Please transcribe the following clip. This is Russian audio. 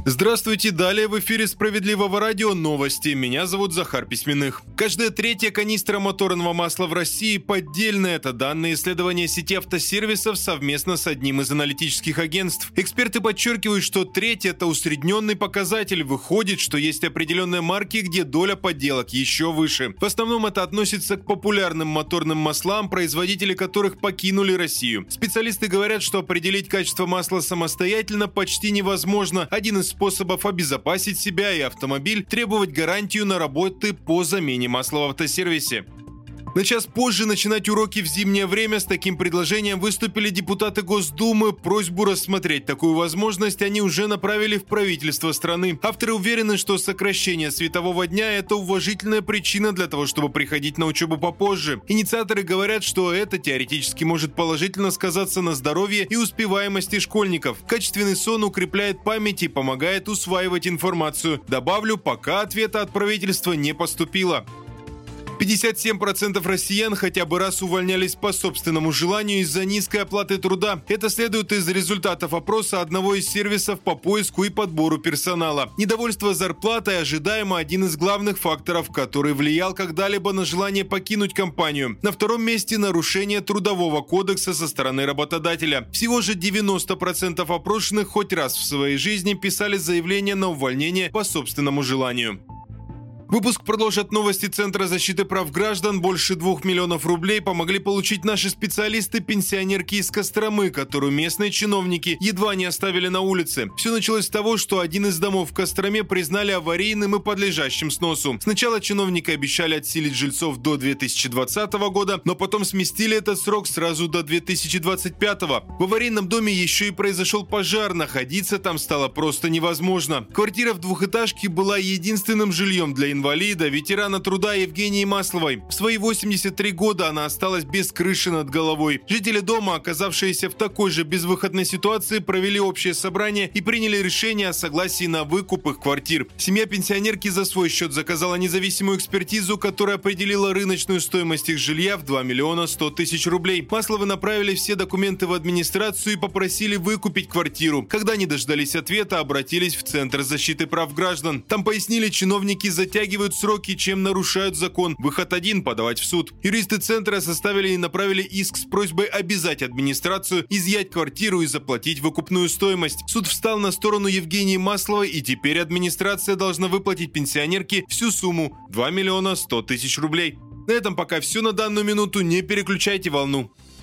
Здравствуйте, далее в эфире «Справедливого радио» новости. Меня зовут Захар Письменных. Каждая третья канистра моторного масла в России поддельная. Это данные исследования сети автосервисов совместно с одним из аналитических агентств. Эксперты подчеркивают, что треть – это усредненный показатель. Выходит, что есть определенные марки, где доля подделок еще выше. В основном это относится к популярным моторным маслам, производители которых покинули Россию. Специалисты говорят, что определить качество масла самостоятельно почти невозможно. Один из способов обезопасить себя и автомобиль – требовать гарантию на работы по замене масла в автосервисе. На час позже начинать уроки в зимнее время. С таким предложением выступили депутаты Госдумы. Просьбу рассмотреть такую возможность они уже направили в правительство страны. Авторы уверены, что сокращение светового дня – это уважительная причина для того, чтобы приходить на учебу попозже. Инициаторы говорят, что это теоретически может положительно сказаться на здоровье и успеваемости школьников. Качественный сон укрепляет память и помогает усваивать информацию. Добавлю, пока ответа от правительства не поступило. 57% россиян хотя бы раз увольнялись по собственному желанию из-за низкой оплаты труда. Это следует из результатов опроса одного из сервисов по поиску и подбору персонала. Недовольство зарплатой ожидаемо один из главных факторов, который влиял когда-либо на желание покинуть компанию. На втором месте нарушение трудового кодекса со стороны работодателя. Всего же 90% опрошенных хоть раз в своей жизни писали заявление на увольнение по собственному желанию. Выпуск продолжат новости Центра защиты прав граждан. Больше 2 миллионов рублей помогли получить наши специалисты-пенсионерки из Костромы, которую местные чиновники едва не оставили на улице. Все началось с того, что один из домов в Костроме признали аварийным и подлежащим сносу. Сначала чиновники обещали отселить жильцов до 2020 года, но потом сместили этот срок сразу до 2025. В аварийном доме еще и произошел пожар. Находиться там стало просто невозможно. Квартира в двухэтажке была единственным жильем для инвалида, ветерана труда Евгении Масловой. В свои 83 года она осталась без крыши над головой. Жители дома, оказавшиеся в такой же безвыходной ситуации, провели общее собрание и приняли решение о согласии на выкуп их квартир. Семья пенсионерки за свой счет заказала независимую экспертизу, которая определила рыночную стоимость их жилья в 2 миллиона 100 тысяч рублей. Масловы направили все документы в администрацию и попросили выкупить квартиру. Когда не дождались ответа, обратились в Центр защиты прав граждан. Там пояснили, чиновники затягивают сроки, чем нарушают закон. Выход один – подавать в суд. Юристы Центра составили и направили иск с просьбой обязать администрацию изъять квартиру и заплатить выкупную стоимость. Суд встал на сторону Евгении Масловой, и теперь администрация должна выплатить пенсионерке всю сумму – 2 миллиона 100 тысяч рублей. На этом пока все на данную минуту. Не переключайте волну.